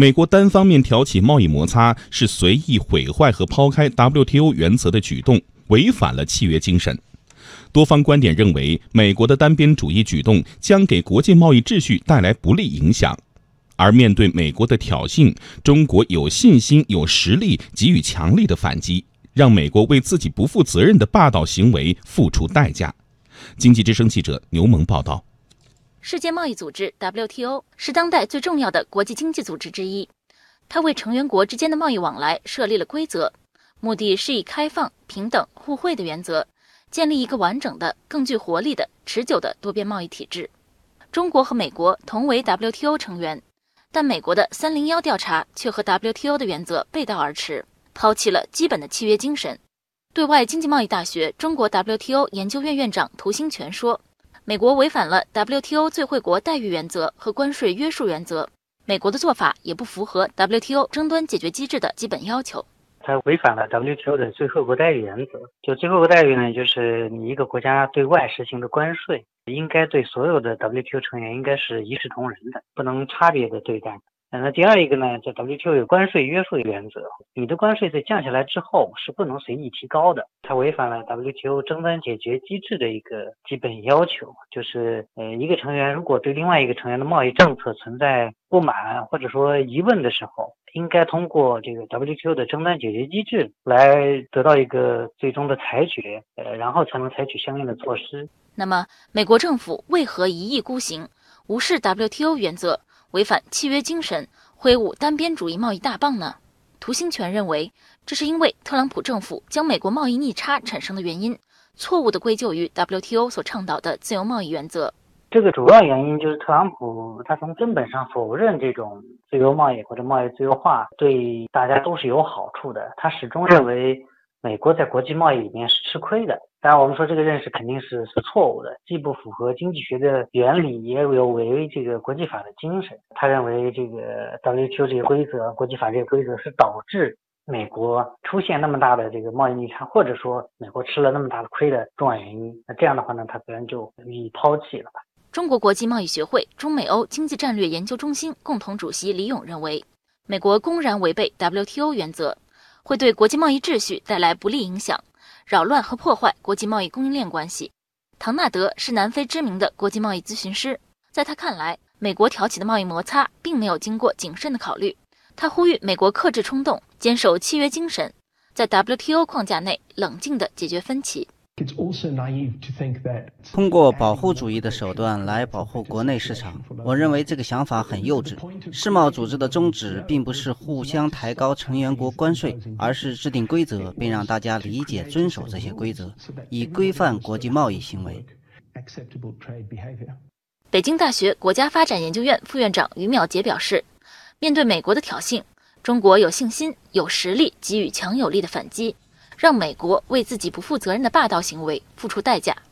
美国单方面挑起贸易摩擦是随意毁坏和抛开 WTO 原则的举动，违反了契约精神。多方观点认为，美国的单边主义举动将给国际贸易秩序带来不利影响。而面对美国的挑衅，中国有信心、有实力给予强力的反击，让美国为自己不负责任的霸道行为付出代价。经济之声记者牛萌报道。 世界贸易组织 WTO 是当代最重要的国际经济组织之一，它为成员国之间的贸易往来设立了规则，目的是以开放、平等、互惠的原则，建立一个完整的、更具活力的、持久的多边贸易体制。中国和美国同为 WTO 成员，但美国的301调查却和 WTO 的原则背道而驰，抛弃了基本的契约精神。对外经济贸易大学中国 WTO 研究院院长涂兴全说，美国违反了 WTO 最惠国待遇原则和关税约束原则，美国的做法也不符合 WTO 争端解决机制的基本要求。 它违反了 WTO 的最惠国待遇原则。就最惠国待遇呢，就是你一个国家对外实行的关税，应该对所有的 WTO 成员应该是一视同仁的，不能差别的对待。那第二一个呢，在 WTO 有关税约束原则，你的关税在降下来之后是不能随意提高的。它违反了 WTO 争端解决机制的一个基本要求，就是一个成员如果对另外一个成员的贸易政策存在不满或者说疑问的时候，应该通过这个 WTO 的争端解决机制来得到一个最终的裁决，然后才能采取相应的措施。 那么，美国政府为何一意孤行，无视 WTO 原则，违反契约精神，挥舞单边主义贸易大棒呢？涂兴全认为，这是因为特朗普政府将美国贸易逆差产生的原因，错误地归咎于 WTO 所倡导的自由贸易原则。 这个主要原因就是特朗普他从根本上否认这种自由贸易或者贸易自由化对大家都是有好处的，他始终认为美国在国际贸易里面是吃亏的。当然我们说这个认识肯定是错误的，既不符合经济学的原理，也有违这个国际法的精神。他认为这个 WTO 这些规则，国际法这些规则是导致美国出现那么大的这个贸易逆差，或者说美国吃了那么大的亏的重要原因。那这样的话呢，他自然就予以抛弃了吧。 中国国际贸易学会中美欧经济战略研究中心共同主席李勇认为，美国公然违背 WTO 原则，会对国际贸易秩序带来不利影响，扰乱和破坏国际贸易供应链关系。唐纳德是南非知名的国际贸易咨询师，在他看来，美国挑起的贸易摩擦并没有经过谨慎的考虑。他呼吁美国克制冲动，坚守契约精神，在 WTO 框架内冷静地解决分歧。 通过保护主义的手段来保护国内市场，我认为这个想法很幼稚。世贸组织的宗旨并不是互相抬高成员国关税，而是制定规则，并让大家理解遵守这些规则，以规范国际贸易行为。 北京大学国家发展研究院副院长于淼杰表示，面对美国的挑衅，中国有信心、有实力给予强有力的反击，让美国为自己不负责任的霸道行为付出代价。